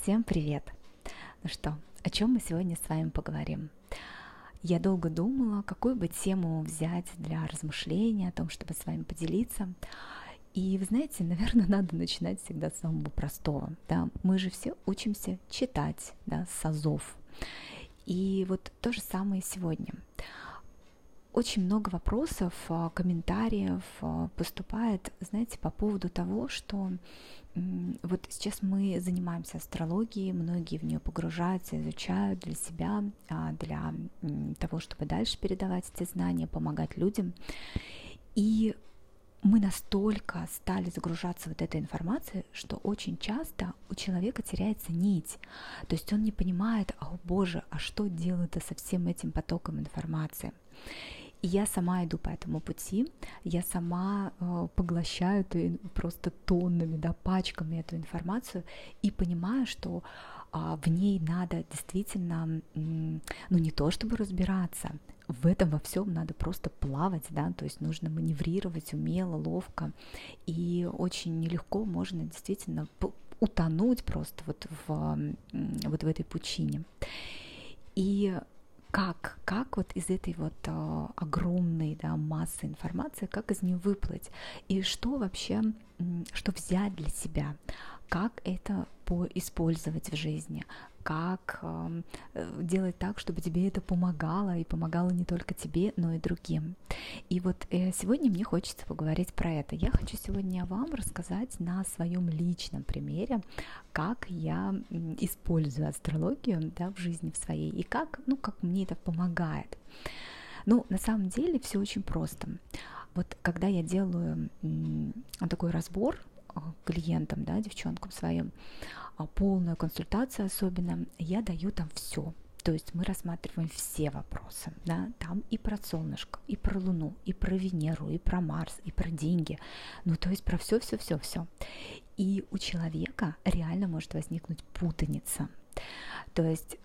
Всем привет! Ну что, о чем мы сегодня с вами поговорим? Я долго думала, какую бы тему взять для размышления о том, чтобы с вами поделиться. И вы знаете, наверное, надо начинать всегда с самого простого. Да? Мы же все учимся читать, да, с азов. И вот то же самое сегодня. Очень много вопросов, комментариев поступает, знаете, по поводу того, что вот сейчас мы занимаемся астрологией, многие в нее погружаются, изучают для себя, для того, чтобы дальше передавать эти знания, помогать людям. И мы настолько стали загружаться вот этой информацией, что очень часто у человека теряется нить. То есть он не понимает, о боже, а что делать со всем этим потоком информации? И я сама иду по этому пути, я сама поглощаю просто тоннами, да, пачками эту информацию и понимаю, что в ней надо действительно, ну не то чтобы разбираться, в этом во всем надо просто плавать, да, то есть нужно маневрировать умело, ловко, и очень нелегко можно действительно утонуть просто вот в этой пучине. И как вот из этой вот огромной, да, массы информации, как из нее выплыть, и что вообще, что взять для себя, как это использовать в жизни, как делать так, чтобы тебе это помогало, и помогало не только тебе, но и другим. И вот сегодня мне хочется поговорить про это. Я хочу сегодня вам рассказать на своем личном примере, как я использую астрологию, да, в жизни в своей, и как мне это помогает. Ну, на самом деле все очень просто. Вот когда я делаю такой разбор клиентам, да, девчонкам своим, полную консультацию особенно, я даю там все. То есть мы рассматриваем все вопросы, да, там и про солнышко, и про Луну, и про Венеру, и про Марс, и про деньги, ну то есть про все. И у человека реально может возникнуть путаница. То есть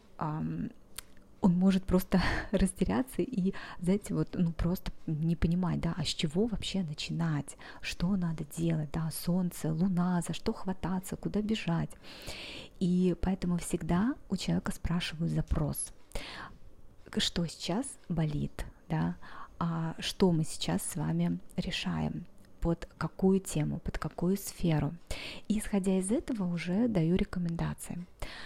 он может просто растеряться и, знаете, вот, просто не понимать, да, а с чего вообще начинать, что надо делать, да, Солнце, Луна, за что хвататься, куда бежать. И поэтому всегда у человека спрашиваю запрос, что сейчас болит, да, а что мы сейчас с вами решаем, под какую тему, под какую сферу. И исходя из этого уже даю рекомендации.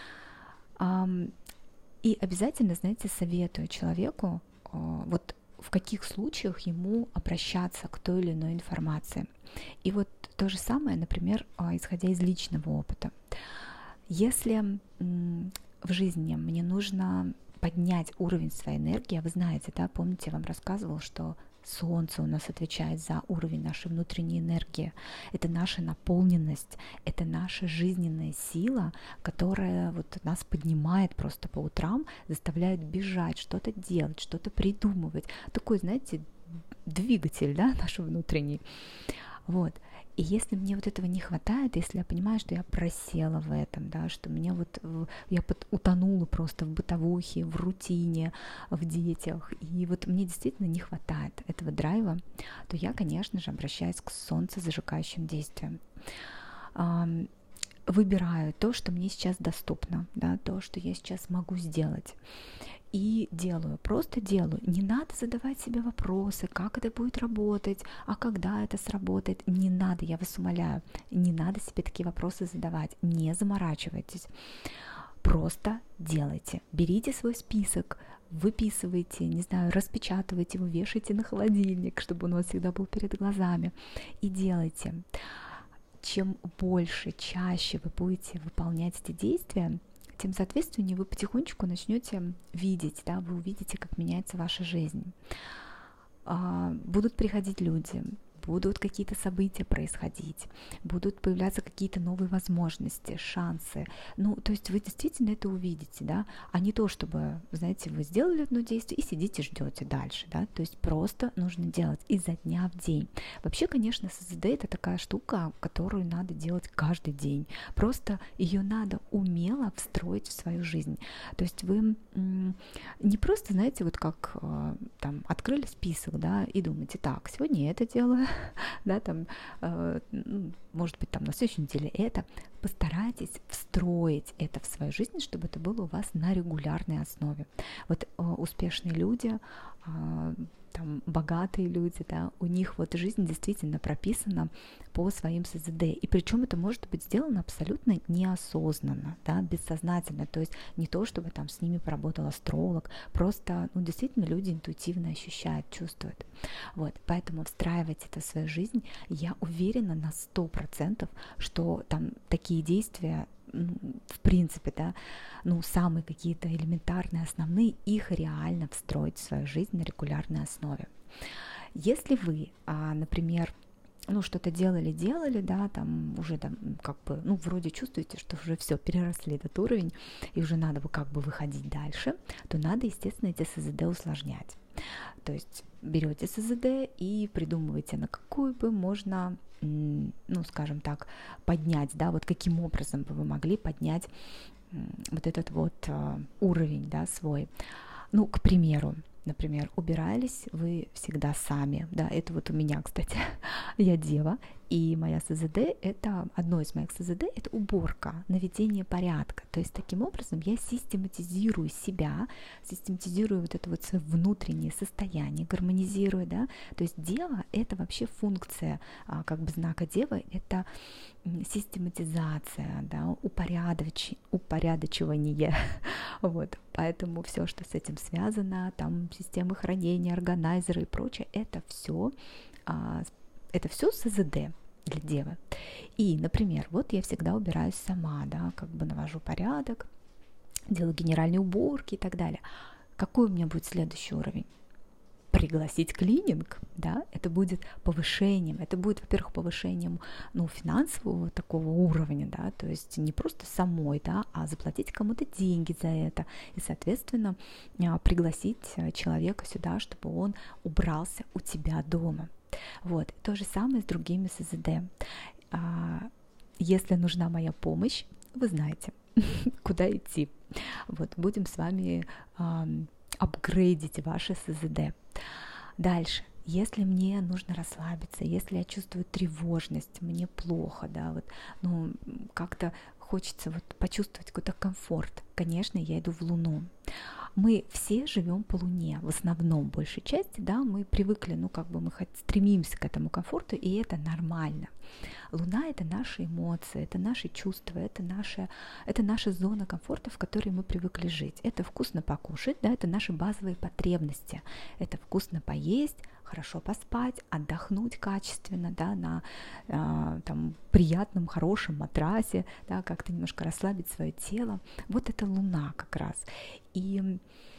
И обязательно, знаете, советую человеку, вот в каких случаях ему обращаться к той или иной информации. И вот то же самое, например, исходя из личного опыта. Если в жизни мне нужно поднять уровень своей энергии, а вы знаете, да, помните, я вам рассказывала, что Солнце у нас отвечает за уровень нашей внутренней энергии. Это наша наполненность, это наша жизненная сила, которая вот нас поднимает просто по утрам, заставляет бежать, что-то делать, что-то придумывать. Такой, знаете, двигатель, да, наш внутренний. Вот. И если мне вот этого не хватает, если я понимаю, что я просела в этом, да, что мне вот я утонула просто в бытовухе, в рутине, в детях, и вот мне действительно не хватает этого драйва, то я, конечно же, обращаюсь к солнцезажигающим действиям. Выбираю то, что мне сейчас доступно, да, то, что я сейчас могу сделать. И делаю, просто делаю. Не надо задавать себе вопросы, как это будет работать, а когда это сработает. Не надо, я вас умоляю, не надо себе такие вопросы задавать. Не заморачивайтесь. Просто делайте. Берите свой список, выписывайте, не знаю, распечатывайте его, вешайте на холодильник, чтобы он у вас всегда был перед глазами. И делайте. Чем больше, чаще вы будете выполнять эти действия, тем соответственно вы потихонечку начнете видеть, да, вы увидите, как меняется ваша жизнь. Будут приходить люди, будут какие-то события происходить, будут появляться какие-то новые возможности, шансы. Ну, то есть вы действительно это увидите, да, а не то, чтобы, знаете, вы сделали одно действие и сидите, ждете дальше, да, то есть просто нужно делать изо дня в день. Вообще, конечно, СЗД — это такая штука, которую надо делать каждый день, просто ее надо умело встроить в свою жизнь. То есть вы не просто, знаете, вот как там открыли список, да, и думаете, так, сегодня это делаю, да, там, может быть, там на следующей неделе это, постарайтесь встроить это в свою жизнь, чтобы это было у вас на регулярной основе. Вот успешные люди, там, богатые люди, да, у них вот жизнь действительно прописана по своим СЗД, и причем это может быть сделано абсолютно неосознанно, да, бессознательно, то есть не то, чтобы там с ними поработал астролог, просто, действительно люди интуитивно ощущают, чувствуют, вот, поэтому встраивать это в свою жизнь, я уверена на 100%, что там такие действия, в принципе, да, самые какие-то элементарные, основные, их реально встроить в свою жизнь на регулярной основе. Если вы, например, что-то делали, да, там уже там как бы, вроде чувствуете, что уже все, переросли этот уровень, и уже надо как бы выходить дальше, то надо, естественно, эти СЗД усложнять. То есть берете СЗД и придумываете, на какую бы можно, скажем так, поднять, да, вот каким образом бы вы могли поднять вот этот вот уровень, да, свой. К примеру, например, убирались вы всегда сами, да, это вот у меня, кстати, я дева, и моя СЗД, это, одно из моих СЗД, это уборка, наведение порядка, то есть таким образом я систематизирую себя, систематизирую вот это вот свое внутреннее состояние, гармонизирую, да, то есть дева, это вообще функция, как бы знака девы, это систематизация, да, упорядочивание, вот, поэтому все, что с этим связано, там системы хранения, органайзеры и прочее, это все СЗД для девы. И, например, вот я всегда убираюсь сама, да, как бы навожу порядок, делаю генеральные уборки и так далее. Какой у меня будет следующий уровень? Пригласить клининг, да, это будет повышением, это будет, во-первых, повышением, финансового такого уровня, да, то есть не просто самой, да, а заплатить кому-то деньги за это и, соответственно, пригласить человека сюда, чтобы он убрался у тебя дома. Вот, то же самое с другими СЗД. Если нужна моя помощь, вы знаете, куда идти. Вот, будем с вами апгрейдить ваши СЗД. Дальше. Если мне нужно расслабиться, если я чувствую тревожность, мне плохо, да, вот, как-то хочется вот почувствовать какой-то комфорт, конечно, я иду в Луну. Мы все живем по Луне, в основном, большей части, да, мы привыкли, мы стремимся к этому комфорту, и это нормально. Луна — это наши эмоции, это наши чувства, это наша зона комфорта, в которой мы привыкли жить. Это вкусно покушать, да, это наши базовые потребности. Это вкусно поесть, хорошо поспать, отдохнуть качественно, да, на приятном, хорошем матрасе, да, как-то немножко расслабить свое тело. Вот это Луна как раз. И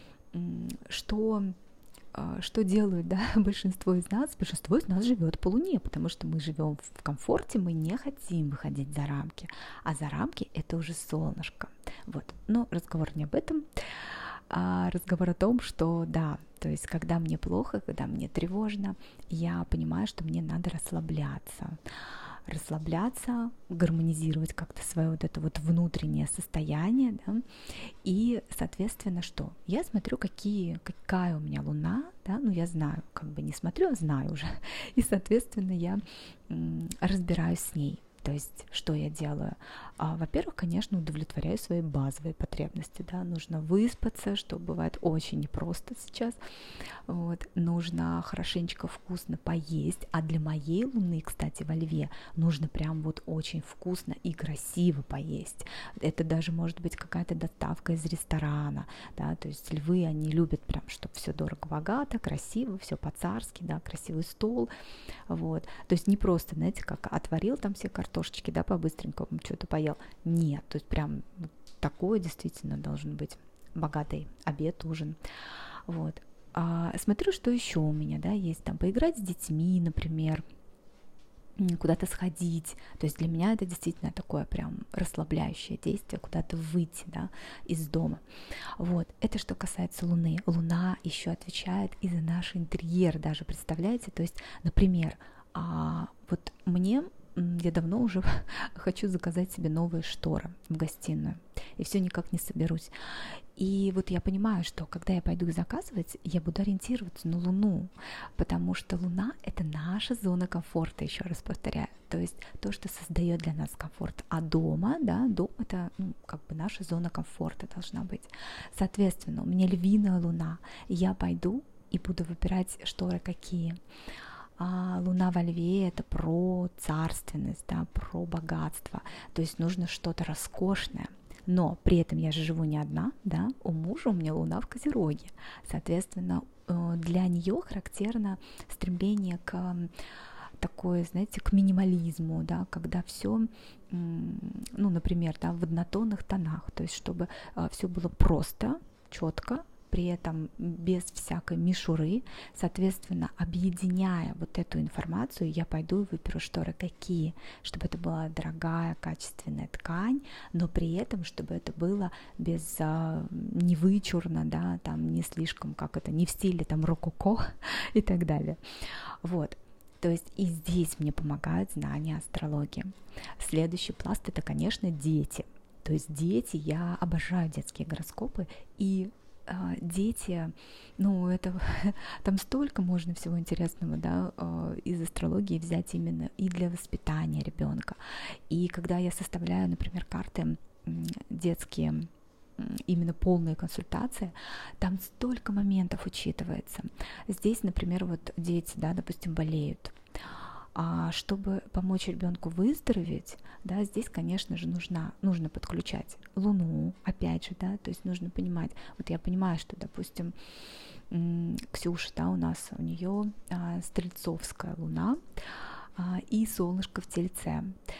что делают, да, большинство из нас? Большинство из нас живет по Луне, потому что мы живем в комфорте, мы не хотим выходить за рамки, а за рамки это уже солнышко. Вот. Но разговор не об этом, а разговор о том, что да, то есть когда мне плохо, когда мне тревожно, я понимаю, что мне надо расслабляться, гармонизировать как-то свое вот это вот внутреннее состояние, да, и, соответственно, что? Я смотрю, какая у меня Луна, да, я знаю, как бы не смотрю, а знаю уже, и, соответственно, я разбираюсь с ней. То есть, что я делаю? Во-первых, конечно, удовлетворяю свои базовые потребности, да, нужно выспаться, что бывает очень непросто сейчас, вот, нужно хорошенечко вкусно поесть, а для моей Луны, кстати, во Льве, нужно прям вот очень вкусно и красиво поесть, это даже может быть какая-то доставка из ресторана, да, то есть львы, они любят прям, чтобы все дорого-богато, красиво, все по-царски, да, красивый стол, вот, то есть не просто, знаете, как отварил там все картошечки, да, по-быстренькому что-то поел. Нет, то есть прям такое действительно должен быть богатый обед, ужин. Вот. Смотрю, что еще у меня, да, есть там поиграть с детьми, например, куда-то сходить. То есть для меня это действительно такое прям расслабляющее действие, куда-то выйти, да, из дома. Вот. Это что касается Луны. Луна еще отвечает и за наш интерьер даже, представляете? То есть, например, вот мне я давно уже хочу заказать себе новые шторы в гостиную, и все никак не соберусь. И вот я понимаю, что когда я пойду их заказывать, я буду ориентироваться на Луну, потому что Луна — это наша зона комфорта, еще раз повторяю, то есть то, что создает для нас комфорт. А дома, да, дом — это как бы наша зона комфорта должна быть. Соответственно, у меня львиная Луна, я пойду и буду выбирать шторы какие. А Луна во Льве — это про царственность, да, про богатство, то есть нужно что-то роскошное. Но при этом я же живу не одна, да, у мужа у меня Луна в Козероге, соответственно, для нее характерно стремление к такой, знаете, к минимализму, да, когда все, ну, например, да, в однотонных тонах, то есть чтобы все было просто, четко, при этом без всякой мишуры, соответственно, объединяя вот эту информацию, я пойду и выберу шторы какие, чтобы это была дорогая, качественная ткань, но при этом, чтобы это было без не вычурно, да, там не слишком, как это, не в стиле там рококо и так далее. Вот. То есть и здесь мне помогают знания астрологии. Следующий пласт — это, конечно, дети. То есть дети, я обожаю детские гороскопы, и дети, ну, это там столько можно всего интересного, да, из астрологии взять именно и для воспитания ребенка. И когда я составляю, например, карты детские, именно полные консультации, там столько моментов учитывается. Здесь, например, вот дети, да, допустим, болеют. А чтобы помочь ребенку выздороветь, да, здесь, конечно же, нужно подключать Луну, опять же, да, то есть нужно понимать, вот я понимаю, что, допустим, Ксюша, да, у нее стрельцовская Луна и солнышко в Тельце.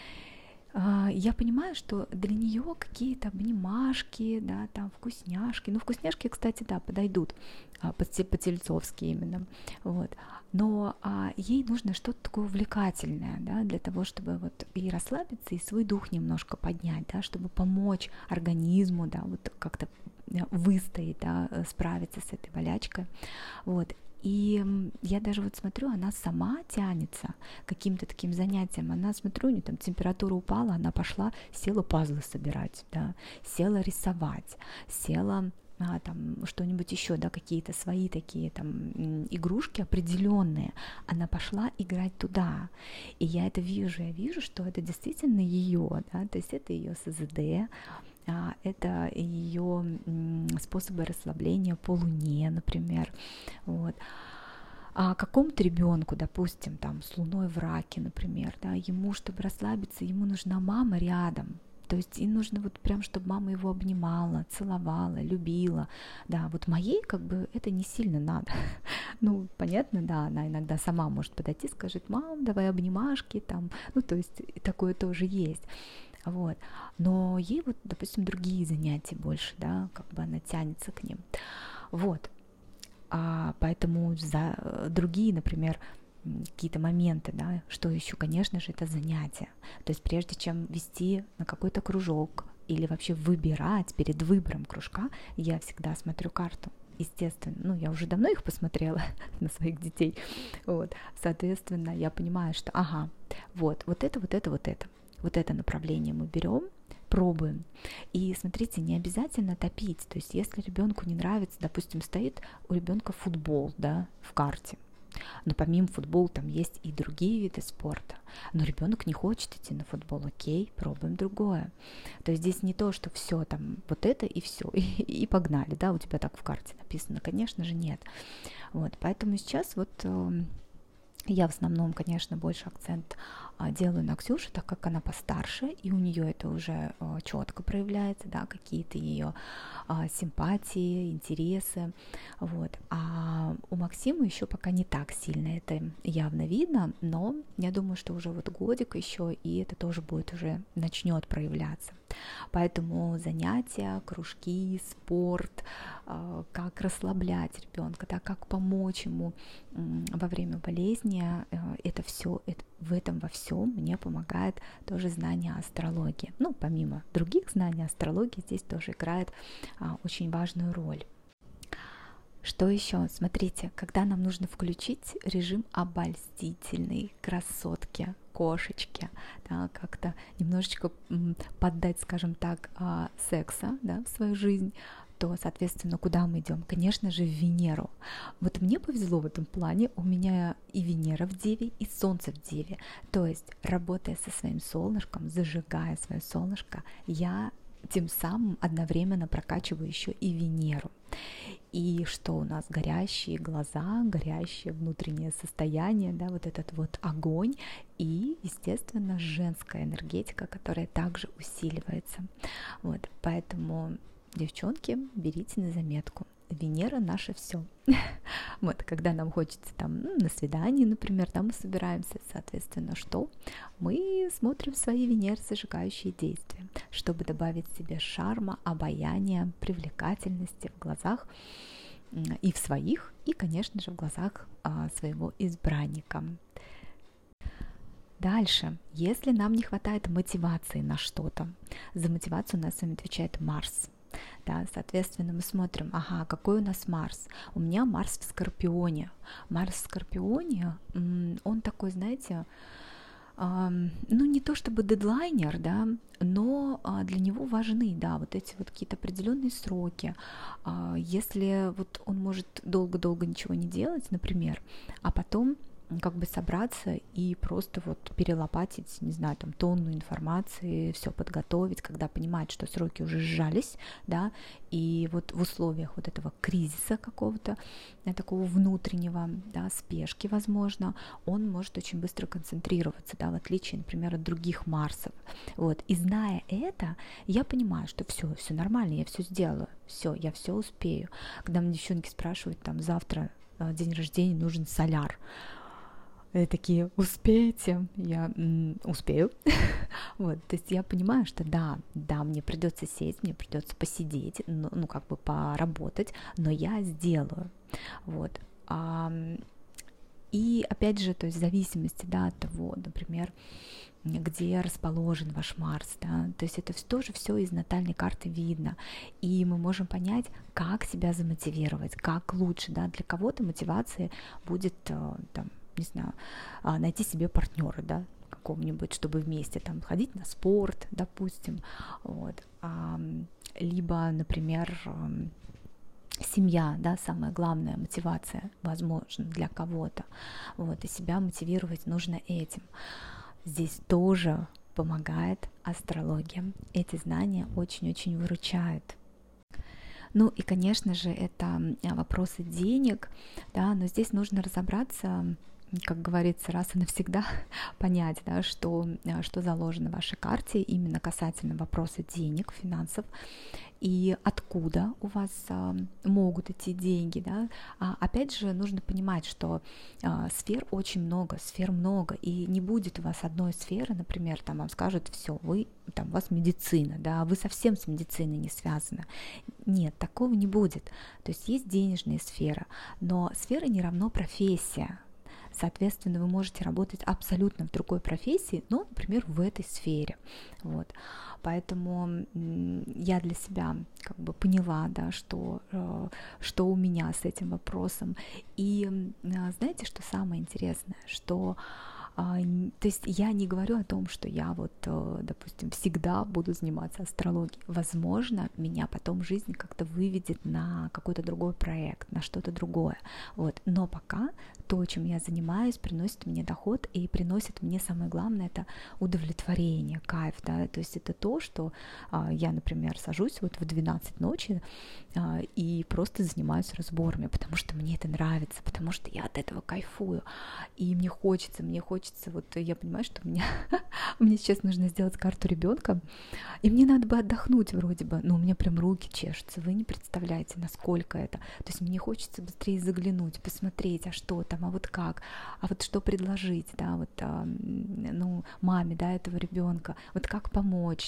Я понимаю, что для нее какие-то обнимашки, да, там вкусняшки, ну вкусняшки, кстати, да, подойдут по-тельцовски именно, вот, но ей нужно что-то такое увлекательное, да, для того, чтобы вот и расслабиться, и свой дух немножко поднять, да, чтобы помочь организму, да, вот как-то выстоять, да, справиться с этой болячкой, вот. И я даже вот смотрю, она сама тянется к каким-то таким занятиям. Она, смотрю, у нее там температура упала, она пошла, села пазлы собирать, да, села рисовать, села там что-нибудь еще, да, какие-то свои такие там игрушки определенные. Она пошла играть туда. И я это вижу, что это действительно ее, да, то есть это ее СЗД, это ее способы расслабления по Луне, например, вот. А какому-то ребенку, допустим, там с Луной в Раке, например, да, ему, чтобы расслабиться, ему нужна мама рядом. То есть им нужно вот прям, чтобы мама его обнимала, целовала, любила. Да, вот моей как бы это не сильно надо. Ну, понятно, да, она иногда сама может подойти, скажет: мам, давай обнимашки там. Ну, то есть такое тоже есть. Вот. Но ей вот, допустим, другие занятия больше, да, как бы она тянется к ним. Вот. Поэтому за другие, например, какие-то моменты, да, что еще, конечно же, это занятия. То есть прежде чем вести на какой-то кружок или вообще выбирать перед выбором кружка, я всегда смотрю карту. Естественно, ну, я уже давно их посмотрела на своих детей, вот, соответственно, я понимаю, что, ага, вот это направление мы берем, пробуем. И смотрите, не обязательно топить. То есть, если ребенку не нравится, допустим, стоит у ребенка футбол, да, в карте, но помимо футбола там есть и другие виды спорта. Но ребенок не хочет идти на футбол, окей, пробуем другое. То есть здесь не то, что все там вот это и все, и погнали, да, у тебя так в карте написано. Конечно же, нет. Вот, поэтому сейчас вот я в основном, конечно, больше акцент делаю на Ксюшу, так как она постарше, и у нее это уже четко проявляется, да, какие-то ее симпатии, интересы, вот. А у Максима еще пока не так сильно это явно видно, но я думаю, что уже вот годик еще, и это тоже будет уже начнет проявляться. Поэтому занятия, кружки, спорт, как расслаблять ребенка, да, как помочь ему во время болезни, это все, в этом во всем мне помогает тоже знание астрологии. Ну, помимо других знаний, астрология здесь тоже играет очень важную роль. Что еще? Смотрите, когда нам нужно включить режим обольстительной красотки, кошечке, да, как-то немножечко поддать, скажем так, секса, да, в свою жизнь, то, соответственно, куда мы идем? Конечно же, в Венеру. Вот мне повезло в этом плане, у меня и Венера в Деве, и Солнце в Деве. То есть, работая со своим солнышком, зажигая свое солнышко, я тем самым одновременно прокачиваю еще и Венеру. И что у нас? Горящие глаза, горящее внутреннее состояние, да, вот этот вот огонь и, естественно, женская энергетика, которая также усиливается. Вот, поэтому, девчонки, берите на заметку. Венера наше все. Вот, когда нам хочется там на свидание, например, там мы собираемся, соответственно, что? Мы смотрим свои Венеры зажигающие действия, чтобы добавить себе шарма, обаяния, привлекательности в глазах и в своих, и, конечно же, в глазах своего избранника. Дальше, если нам не хватает мотивации на что-то, за мотивацию у нас с вами отвечает Марс. Да, соответственно, мы смотрим, ага, какой у нас Марс. У меня Марс в Скорпионе. Марс в Скорпионе, он такой, знаете, ну не то чтобы дедлайнер, да, но для него важны, да, вот эти вот какие-то определенные сроки. Если вот он может долго-долго ничего не делать, например, а потом как бы собраться и просто вот перелопатить, не знаю, там тонну информации, все подготовить, когда понимает, что сроки уже сжались, да, и вот в условиях вот этого кризиса какого-то, такого внутреннего, да, спешки, возможно, он может очень быстро концентрироваться, да, в отличие, например, от других Марсов, вот, и зная это, я понимаю, что все нормально, я все сделаю, все, я все успею. Когда мне девчонки спрашивают, там, завтра день рождения, нужен соляр, такие, успеете? Я успею. Вот, то есть я понимаю, что да, мне придется сесть, мне придется посидеть, ну, как бы поработать, но я сделаю. Вот. И опять же, то есть в зависимости, да, от того, например, где расположен ваш Марс, да, то есть это тоже все из натальной карты видно, и мы можем понять, как себя замотивировать, как лучше, да, для кого-то мотивация будет, там, не знаю, найти себе партнера, да, какого-нибудь, чтобы вместе там ходить на спорт, допустим, вот, либо, например, семья, да, самая главная мотивация, возможно, для кого-то, вот, и себя мотивировать нужно этим. Здесь тоже помогает астрология. Эти знания очень-очень выручают. Ну и, конечно же, это вопросы денег, да, но здесь нужно разобраться, как говорится, раз и навсегда понять, да, что заложено в вашей карте именно касательно вопроса денег, финансов, и откуда у вас могут идти деньги, да. Опять же, нужно понимать, что сфер очень много, сфер много, и не будет у вас одной сферы, например, там вам скажут, все, вы, там, у вас медицина, да, вы совсем с медициной не связаны. Нет, такого не будет. То есть денежная сфера, но сфера не равно профессия. Соответственно, вы можете работать абсолютно в другой профессии, но, например, в этой сфере. Вот. Поэтому я для себя как бы поняла, да, что у меня с этим вопросом. И знаете, что самое интересное, что то есть я не говорю о том, что я вот, допустим, всегда буду заниматься астрологией. Возможно, меня потом жизнь как-то выведет на какой-то другой проект, на что-то другое. Вот. Но пока то, чем я занимаюсь, приносит мне доход и приносит мне, самое главное, это удовлетворение, кайф, да, то есть это то, что я, например, сажусь вот в 12 ночи и просто занимаюсь разборами, потому что мне это нравится, потому что я от этого кайфую, и мне хочется, вот я понимаю, что мне сейчас нужно сделать карту ребенка, и мне надо бы отдохнуть вроде бы, но у меня прям руки чешутся, вы не представляете, насколько это, то есть мне хочется быстрее заглянуть, посмотреть, а что там, а вот как, а вот что предложить, да, вот, ну, маме, да, этого ребенка, вот как помочь.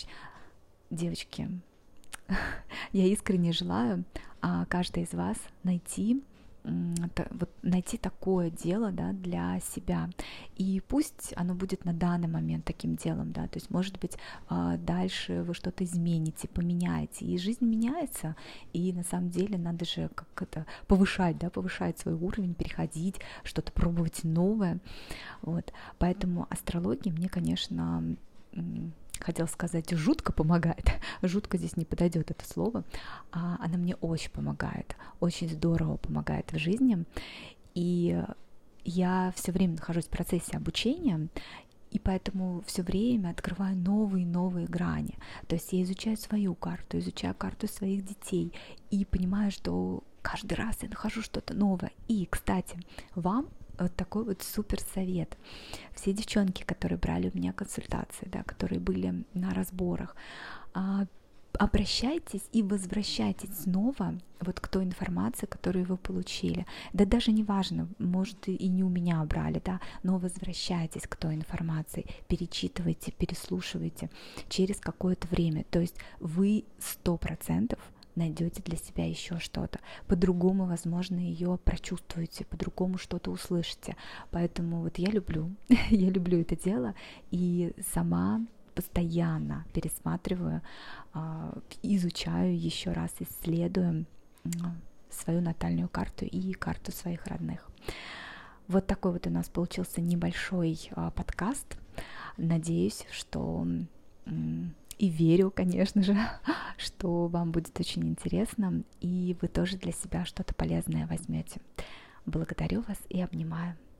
Девочки, я искренне желаю каждой из вас найти вот найти такое дело, да, для себя. И пусть оно будет на данный момент таким делом, да, то есть, может быть, дальше вы что-то измените, поменяете, и жизнь меняется, и на самом деле надо же как это повышать, да, повышать свой уровень, переходить, что-то пробовать новое, вот. Поэтому астрология мне, конечно, хотела сказать, жутко помогает. Жутко здесь не подойдет это слово. Она мне очень помогает, очень здорово помогает в жизни. И я все время нахожусь в процессе обучения, и поэтому все время открываю новые и новые грани. То есть я изучаю свою карту, изучаю карту своих детей и понимаю, что каждый раз я нахожу что-то новое. И, кстати, вам вот такой вот супер совет. Все девчонки, которые брали у меня консультации, да, которые были на разборах, обращайтесь и возвращайтесь снова вот к той информации, которую вы получили. Да даже не важно, может и не у меня брали, да, но возвращайтесь к той информации, перечитывайте, переслушивайте через какое-то время. То есть вы 100% найдете для себя еще что-то. По-другому, возможно, ее прочувствуете, по-другому что-то услышите. Поэтому вот я люблю, я люблю это дело и сама постоянно пересматриваю, изучаю еще раз, исследую свою натальную карту и карту своих родных. Вот такой вот у нас получился небольшой подкаст. Надеюсь, что и верю, конечно же, что вам будет очень интересно, и вы тоже для себя что-то полезное возьмете. Благодарю вас и обнимаю.